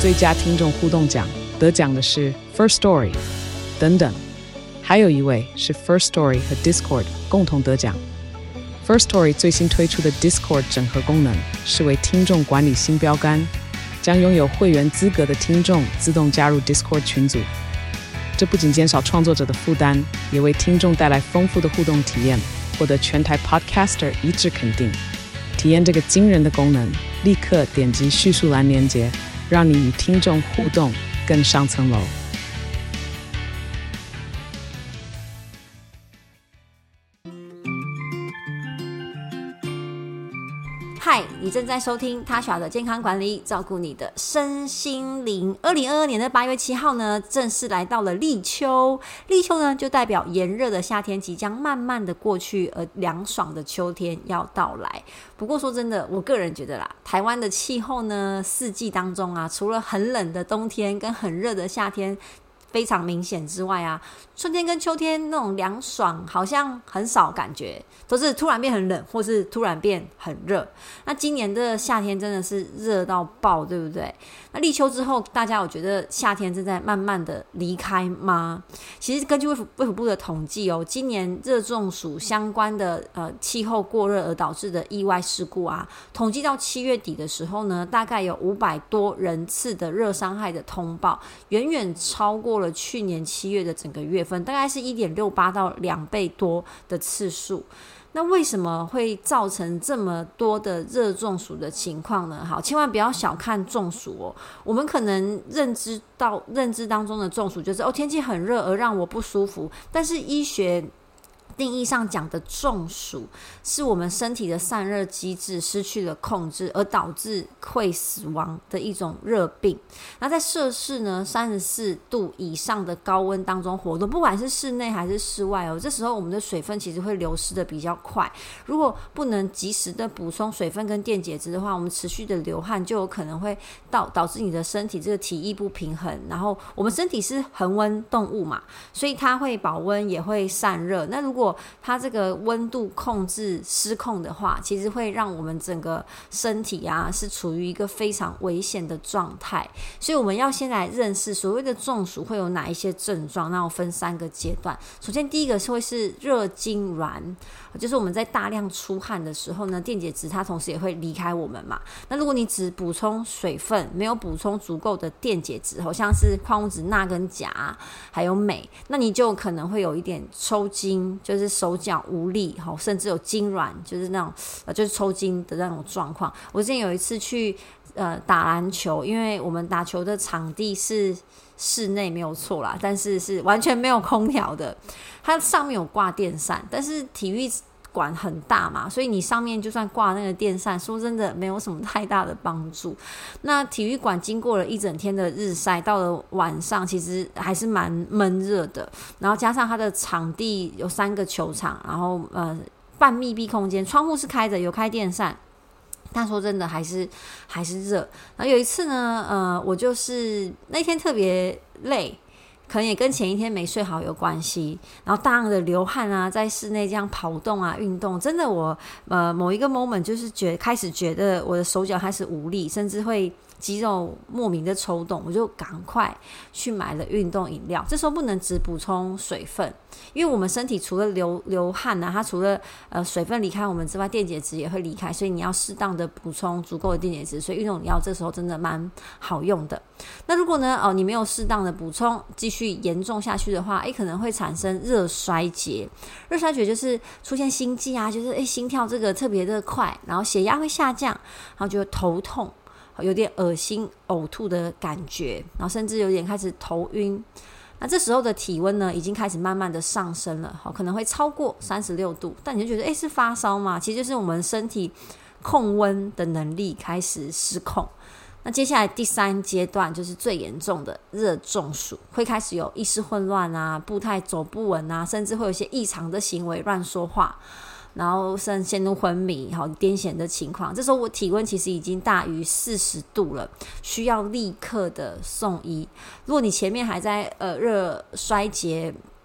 最佳听众互动奖，得奖的是 First Story 等等，还有一位是 First Story 和 Discord 共同得奖。First Story 最新推出的 Discord 整合功能是为听众管理新标杆，将拥有会员资格的听众自动加入 Discord 群组。这不仅减少创作者的负担，也为听众带来丰富的互动体验，获得全台 Podcaster 一致肯定。体验这个惊人的功能，立刻点击叙述栏连结，让你与听众互动更上层楼。 嗨，你正在收听Tasha的健康管理，照顾你的身心灵。2022年的8月7号呢，正式来到了立秋。立秋呢，就代表炎热的夏天即将慢慢的过去，而凉爽的秋天要到来。不过说真的，我个人觉得啦，台湾的气候呢，四季当中啊，除了很冷的冬天跟很热的夏天非常明显之外啊，春天跟秋天那种凉爽好像很少感觉，都是突然变很冷或是突然变很热。那今年的夏天真的是热到爆，对不对？那立秋之后，大家有觉得夏天正在慢慢的离开吗？其实根据卫福部的统计哦，今年热中暑相关的气候过热而导致的意外事故啊，统计到7月底的时候呢，大概有500多人次的热伤害的通报，远远超过了去年7月的整个月份，大概是 1.68 到2倍多的次数。那为什么会造成这么多的热中暑的情况呢？好，千万不要小看中暑哦。我们可能认知当中的中暑就是天气很热而让我不舒服，但是医学定义上讲的中暑是我们身体的散热机制失去了控制而导致会死亡的一种热病。那在摄氏呢34度以上的高温当中活动，不管是室内还是室外哦，这时候我们的水分其实会流失的比较快。如果不能及时的补充水分跟电解质的话，我们持续的流汗就有可能会导致你的身体这个体液不平衡。然后我们身体是恒温动物嘛，所以它会保温也会散热。那如果它这个温度控制失控的话，其实会让我们整个身体啊是处于一个非常危险的状态。所以我们要先来认识所谓的中暑会有哪一些症状。那我分3个阶段。首先第一个会是热痉挛，就是我们在大量出汗的时候呢，电解质它同时也会离开我们嘛。那如果你只补充水分，没有补充足够的电解质，像是矿物质钠跟钾还有镁，那你就可能会有一点抽筋，就是手脚无力，甚至有痉挛，就是那种就是抽筋的那种状况。我之前有一次去打篮球，因为我们打球的场地是室内没有错啦，但是是完全没有空调的，它上面有挂电扇，但是体育馆很大嘛，所以你上面就算挂那个电扇，说真的没有什么太大的帮助。那体育馆经过了一整天的日晒，到了晚上其实还是蛮闷热的，然后加上它的场地有3个球场，然后半密闭空间，窗户是开的，有开电扇，但说真的还是热。然后有一次呢，我就是那天特别累，可能也跟前一天没睡好有关系，然后大量的流汗啊，在室内这样跑动啊运动，真的我某一个 moment 就是开始觉得我的手脚开始无力，甚至会肌肉莫名的抽动，我就赶快去买了运动饮料。这时候不能只补充水分，因为我们身体除了流汗啊，它除了水分离开我们之外，电解质也会离开，所以你要适当的补充足够的电解质，所以运动饮料这时候真的蛮好用的。那如果呢你没有适当的补充，继续严重下去的话，可能会产生热衰竭。热衰竭就是出现心悸啊，就是心跳这个特别的快，然后血压会下降，然后就会头痛，有点恶心呕吐的感觉，然后甚至有点开始头晕。那这时候的体温呢已经开始慢慢的上升了，可能会超过36度，但你就觉得是发烧吗？其实就是我们身体控温的能力开始失控。那接下来第3阶段就是最严重的热中暑，会开始有意识混乱啊，步态走不稳啊，甚至会有一些异常的行为，乱说话，然后陷入昏迷、癫痫的情况。这时候我体温其实已经大于40度了，需要立刻的送医。如果你前面还在热衰竭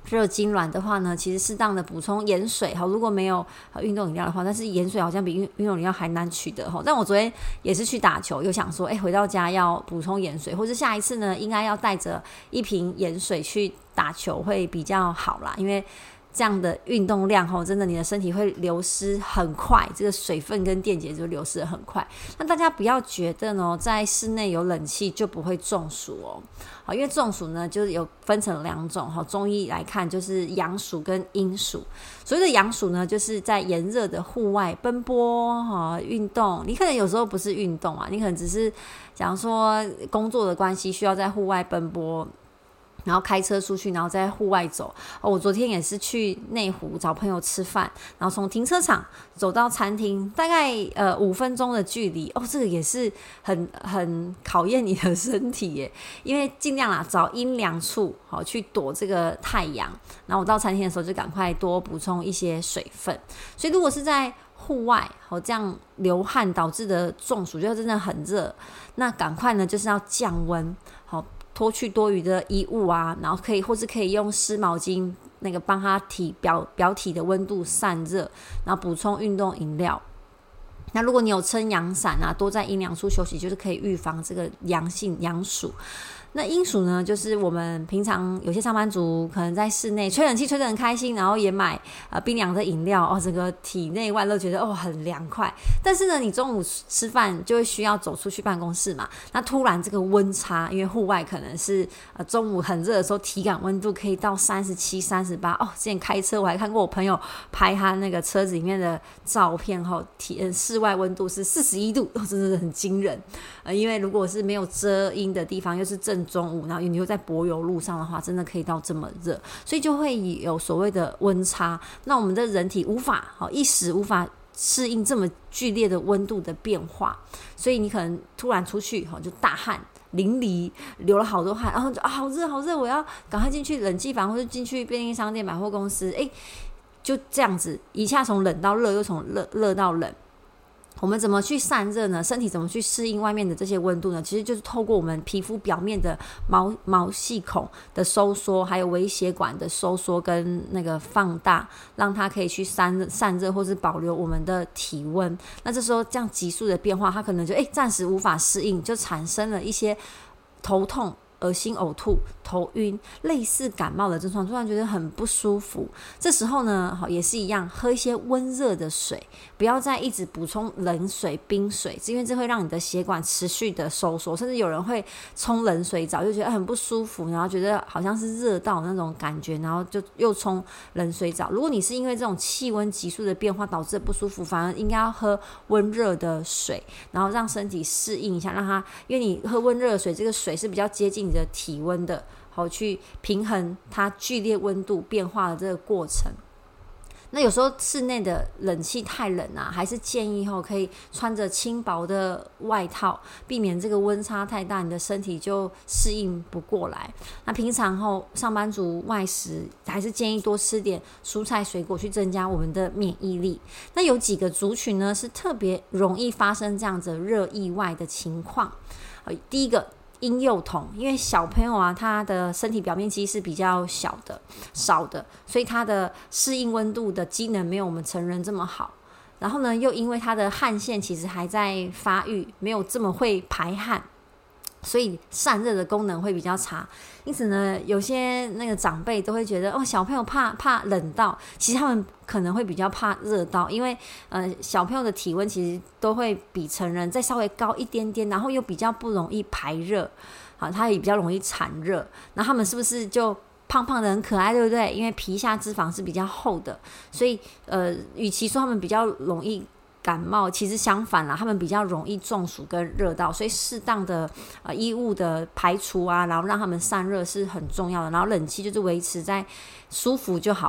热痉挛的话呢，其实适当的补充盐水，如果没有运动饮料的话，但是盐水好像比运动饮料还难取得。但我昨天也是去打球，又想说回到家要补充盐水，或者下一次呢应该要带着一瓶盐水去打球会比较好啦，因为这样的运动量真的你的身体会流失很快，这个水分跟电解就流失得很快。那大家不要觉得呢在室内有冷气就不会中暑因为中暑呢就是有分成2种中医来看就是阳暑跟阴暑。所谓的阳暑呢就是在炎热的户外奔波运动，你可能有时候不是运动你可能只是假如说工作的关系需要在户外奔波，然后开车出去，然后在户外走我昨天也是去内湖找朋友吃饭，然后从停车场走到餐厅大概5分钟的距离这个也是很考验你的身体耶，因为尽量找阴凉处去躲这个太阳，然后我到餐厅的时候就赶快多补充一些水分。所以如果是在户外这样流汗导致的中暑，就真的很热，那赶快呢就是要降温脱去多余的衣物然后或是可以用湿毛巾那个帮它表体的温度散热，然后补充运动饮料。那如果你有撑阳伞多在阴凉处休息，就是可以预防这个阳暑。那阴暑呢就是我们平常有些上班族可能在室内吹冷气吹得很开心，然后也买冰凉的饮料整个体内外都觉得很凉快，但是呢你中午吃饭就会需要走出去办公室嘛，那突然这个温差，因为户外可能是中午很热的时候体感温度可以到37、38之前开车我还看过我朋友拍他那个车子里面的照片室外温度是41度真的很惊人因为如果是没有遮阴的地方又是正中午，然后你又在柏油路上的话，真的可以到这么热，所以就会有所谓的温差。那我们的人体一时无法适应这么剧烈的温度的变化，所以你可能突然出去就大汗淋漓，流了好多汗，然后就好热好热，我要赶快进去冷气房或者进去便利商店百货公司就这样子一下从冷到热，又从热到冷。我们怎么去散热呢？身体怎么去适应外面的这些温度呢？其实就是透过我们皮肤表面的毛细孔的收缩，还有微血管的收缩跟那个放大，让它可以去散热或是保留我们的体温。那这时候这样急速的变化，它可能就暂时无法适应，就产生了一些头痛、恶心、呕吐、头晕，类似感冒的症状，突然觉得很不舒服。这时候呢也是一样，喝一些温热的水，不要再一直补充冷水冰水，因为这会让你的血管持续的收缩，甚至有人会冲冷水澡就觉得很不舒服，然后觉得好像是热到那种感觉，然后就又冲冷水澡。如果你是因为这种气温急速的变化导致的不舒服，反而应该要喝温热的水，然后让身体适应一下，让它因为你喝温热的水，这个水是比较接近你的体温的，去平衡它剧烈温度变化的这个过程。那有时候室内的冷气太冷还是建议可以穿着轻薄的外套，避免这个温差太大，你的身体就适应不过来。那平常上班族外食还是建议多吃点蔬菜水果，去增加我们的免疫力。那有几个族群呢是特别容易发生这样子热意外的情况。第一个婴幼童，因为小朋友他的身体表面积是比较少的，所以他的适应温度的机能没有我们成人这么好。然后呢，又因为他的汗腺其实还在发育，没有这么会排汗，所以散热的功能会比较差。因此呢，有些那个长辈都会觉得小朋友怕冷到，其实他们可能会比较怕热到，因为小朋友的体温其实都会比成人再稍微高一点点，然后又比较不容易排热，他也比较容易产热。那他们是不是就胖胖的很可爱，对不对？因为皮下脂肪是比较厚的，所以与其说他们比较容易感冒，其实相反啦，他们比较容易中暑跟热到，所以适当的衣物的排除然后让他们散热是很重要的。然后冷气就是维持在舒服就好了，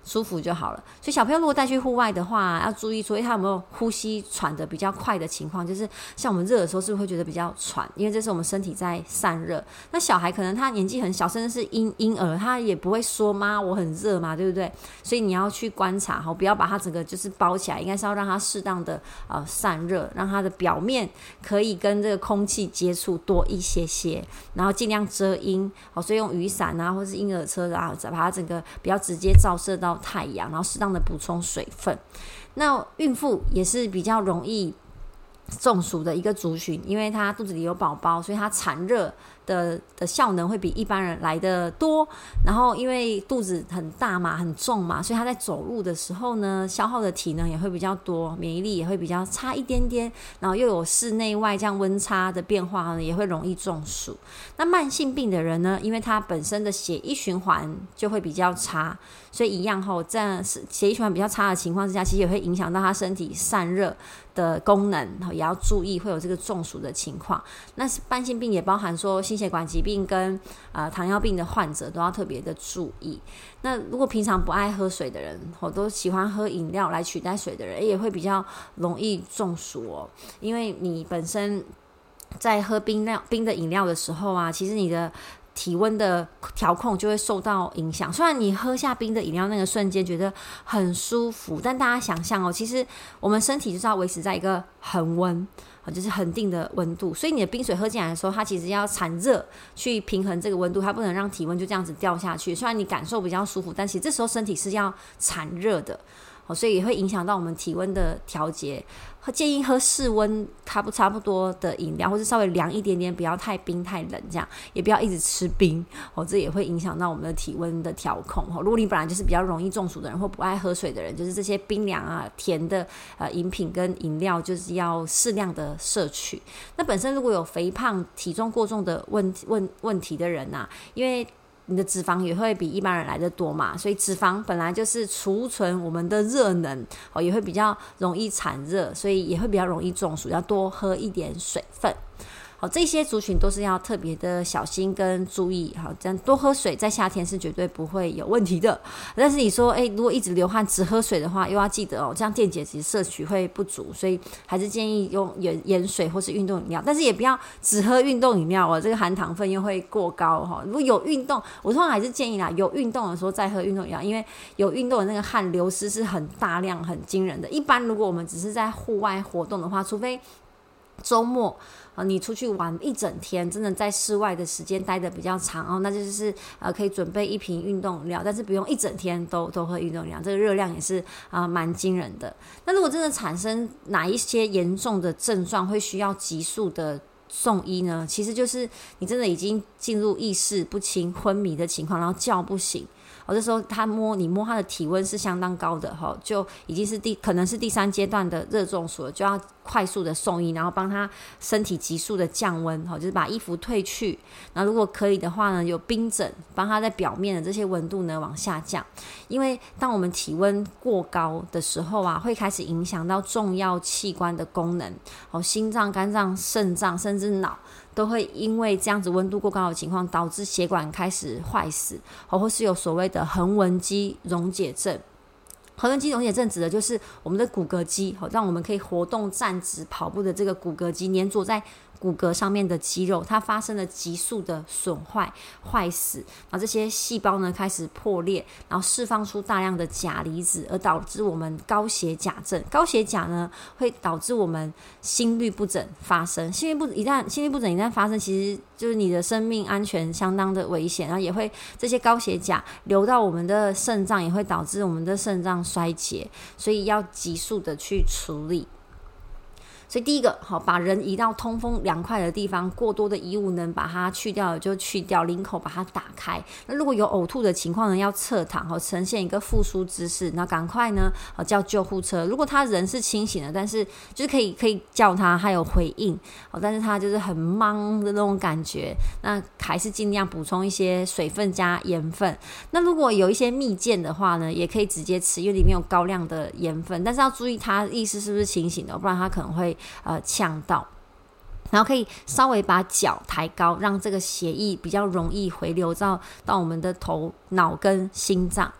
舒服就好了。所以小朋友如果带去户外的话，要注意说他有没有呼吸喘的比较快的情况，就是像我们热的时候是不是会觉得比较喘，因为这是我们身体在散热。那小孩可能他年纪很小，甚至是婴儿，他也不会说妈我很热嘛，对不对？所以你要去观察，不要把它整个就是包起来，应该是要让它适当的散热，让它的表面可以跟这个空气接触多一些些，然后尽量遮阴，所以用雨伞啊，或是婴儿车啊，把它整个比较直接照射到太阳，然后适当的补充水分。那孕妇也是比较容易中暑的一个族群，因为她肚子里有宝宝，所以她产热的效能会比一般人来得多。然后因为肚子很大嘛，很重嘛，所以她在走路的时候呢，消耗的体能也会比较多，免疫力也会比较差一点点。然后又有室内外这样温差的变化呢，也会容易中暑。那慢性病的人呢，因为他本身的血液循环就会比较差，所以一样这样血液循环比较差的情况之下，其实也会影响到他身体散热的功能，也要注意会有这个中暑的情况。那慢性病也包含说心血管疾病跟糖尿病的患者都要特别的注意。那如果平常不爱喝水的人，都喜欢喝饮料来取代水的人，也会比较容易中暑哦。因为你本身在喝冰的饮料的时候啊，其实你的体温的调控就会受到影响。虽然你喝下冰的饮料那个瞬间觉得很舒服，但大家想象其实我们身体就是要维持在一个恒温，就是恒定的温度，所以你的冰水喝进来的时候，它其实要产热去平衡这个温度，它不能让体温就这样子掉下去。虽然你感受比较舒服，但其实这时候身体是要产热的，所以也会影响到我们体温的调节。建议喝室温差不多的饮料，或是稍微凉一点点，不要太冰太冷，这样也不要一直吃冰，这也会影响到我们的体温的调控。如果你本来就是比较容易中暑的人，或不爱喝水的人，就是这些冰凉啊、甜的饮品跟饮料，就是要适量的摄取。那本身如果有肥胖、体重过重的问题的人啊，因为你的脂肪也会比一般人来得多嘛，所以脂肪本来就是储存我们的热能，也会比较容易产热，所以也会比较容易中暑，要多喝一点水分。这些族群都是要特别的小心跟注意，这样多喝水在夏天是绝对不会有问题的。但是你说如果一直流汗只喝水的话，又要记得这样电解质摄取会不足，所以还是建议用盐水或是运动饮料，但是也不要只喝运动饮料这个含糖分又会过高。如果有运动，我通常还是建议有运动的时候再喝运动饮料，因为有运动的那个汗流失是很大量很惊人的。一般如果我们只是在户外活动的话，除非周末你出去玩一整天，真的在室外的时间待得比较长那就是可以准备一瓶运动饮料，但是不用一整天都喝运动饮料，这个热量也是蛮惊人的。那如果真的产生哪一些严重的症状会需要急速的送医呢？其实就是你真的已经进入意识不清、昏迷的情况，然后叫不醒。这时候你摸他的体温是相当高的就已经是可能是第3阶段的热中暑了，就要快速的送医，然后帮他身体急速的降温就是把衣服褪去，然后如果可以的话呢，有冰枕帮他在表面的这些温度呢往下降。因为当我们体温过高的时候会开始影响到重要器官的功能心脏、肝脏、肾脏甚至脑都会因为这样子温度过高的情况导致血管开始坏死或是有所谓的横纹肌溶解症。横纹肌溶解症指的就是我们的骨骼肌让我们可以活动、站直、跑步的这个骨骼肌粘着在骨骼上面的肌肉，它发生了急速的损坏、坏死，然后这些细胞呢开始破裂，然后释放出大量的钾离子，而导致我们高血钾症。高血钾呢会导致我们心律不整发生，心律不整一旦发生，其实就是你的生命安全相当的危险，然后也会这些高血钾流到我们的肾脏，也会导致我们的肾脏衰竭，所以要急速的去处理。所以第一个把人移到通风凉快的地方，过多的衣物能把它去掉就去掉，领口把它打开。那如果有呕吐的情况呢，要侧躺呈现一个复苏姿势，那赶快呢叫救护车。如果他人是清醒的，但是就是可以叫他有回应但是他就是很懵的那种感觉，那还是尽量补充一些水分加盐分。那如果有一些蜜饯的话呢，也可以直接吃，因为里面有高量的盐分，但是要注意他意识是不是清醒的，不然他可能会呛到。然后可以稍微把脚抬高，让这个血液比较容易回流到我们的头脑跟心脏。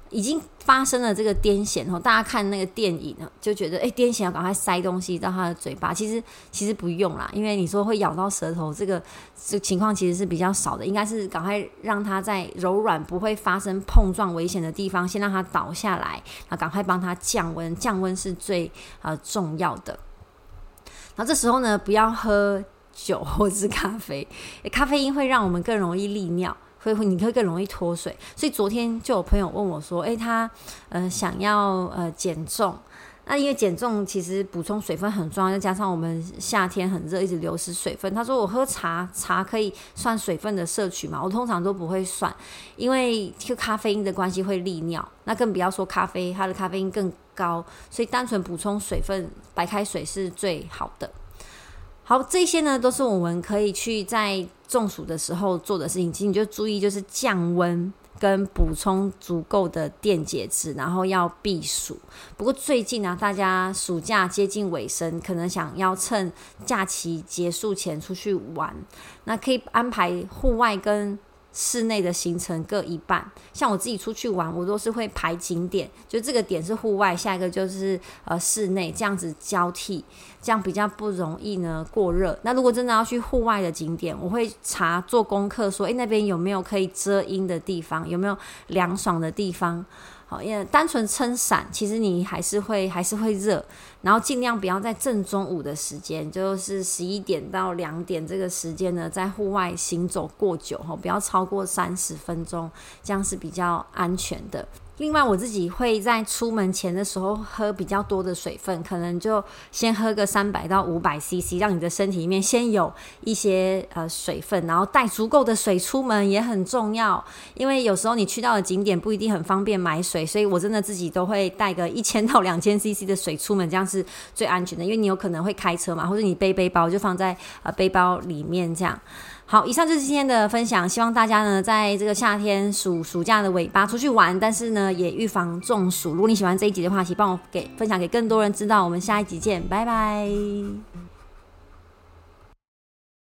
已经发生了这个癫痫，大家看那个电影就觉得癫痫要赶快塞东西到他的嘴巴，其实不用啦，因为你说会咬到舌头，这个情况其实是比较少的，应该是赶快让他在柔软不会发生碰撞危险的地方先让他倒下来，然后赶快帮他降温，降温是最重要的。然后这时候呢，不要喝酒或是咖啡，咖啡因会让我们更容易利尿，你会更容易脱水。所以昨天就有朋友问我说他想要减重，那因为减重其实补充水分很重要，再加上我们夏天很热，一直流失水分。他说我喝茶可以算水分的摄取嘛？我通常都不会算，因为咖啡因的关系会利尿，那更不要说咖啡，它的咖啡因更高，所以单纯补充水分，白开水是最好的。好，这些呢都是我们可以去在中暑的时候做的事情，其实你就注意就是降温跟补充足够的电解质，然后要避暑。不过最近大家暑假接近尾声，可能想要趁假期结束前出去玩，那可以安排户外跟室内的行程各一半。像我自己出去玩，我都是会排景点，就这个点是户外，下一个就是室内，这样子交替，这样比较不容易呢过热。那如果真的要去户外的景点，我会做功课说那边有没有可以遮阴的地方，有没有凉爽的地方。好，因为单纯撑伞，其实你还是会热，然后尽量不要在正中午的时间，就是11点到2点这个时间呢，在户外行走过久，不要超过30分钟，这样是比较安全的。另外我自己会在出门前的时候喝比较多的水分，可能就先喝个300到500 cc， 让你的身体里面先有一些水分，然后带足够的水出门也很重要，因为有时候你去到的景点不一定很方便买水，所以我真的自己都会带个1000到2000 cc 的水出门，这样是最安全的，因为你有可能会开车嘛，或者你背包就放在背包里面这样。好，以上就是今天的分享，希望大家呢在这个夏天暑假的尾巴出去玩，但是呢也预防中暑。如果你喜欢这一集的话，请帮我分享给更多人知道。我们下一集见，拜拜。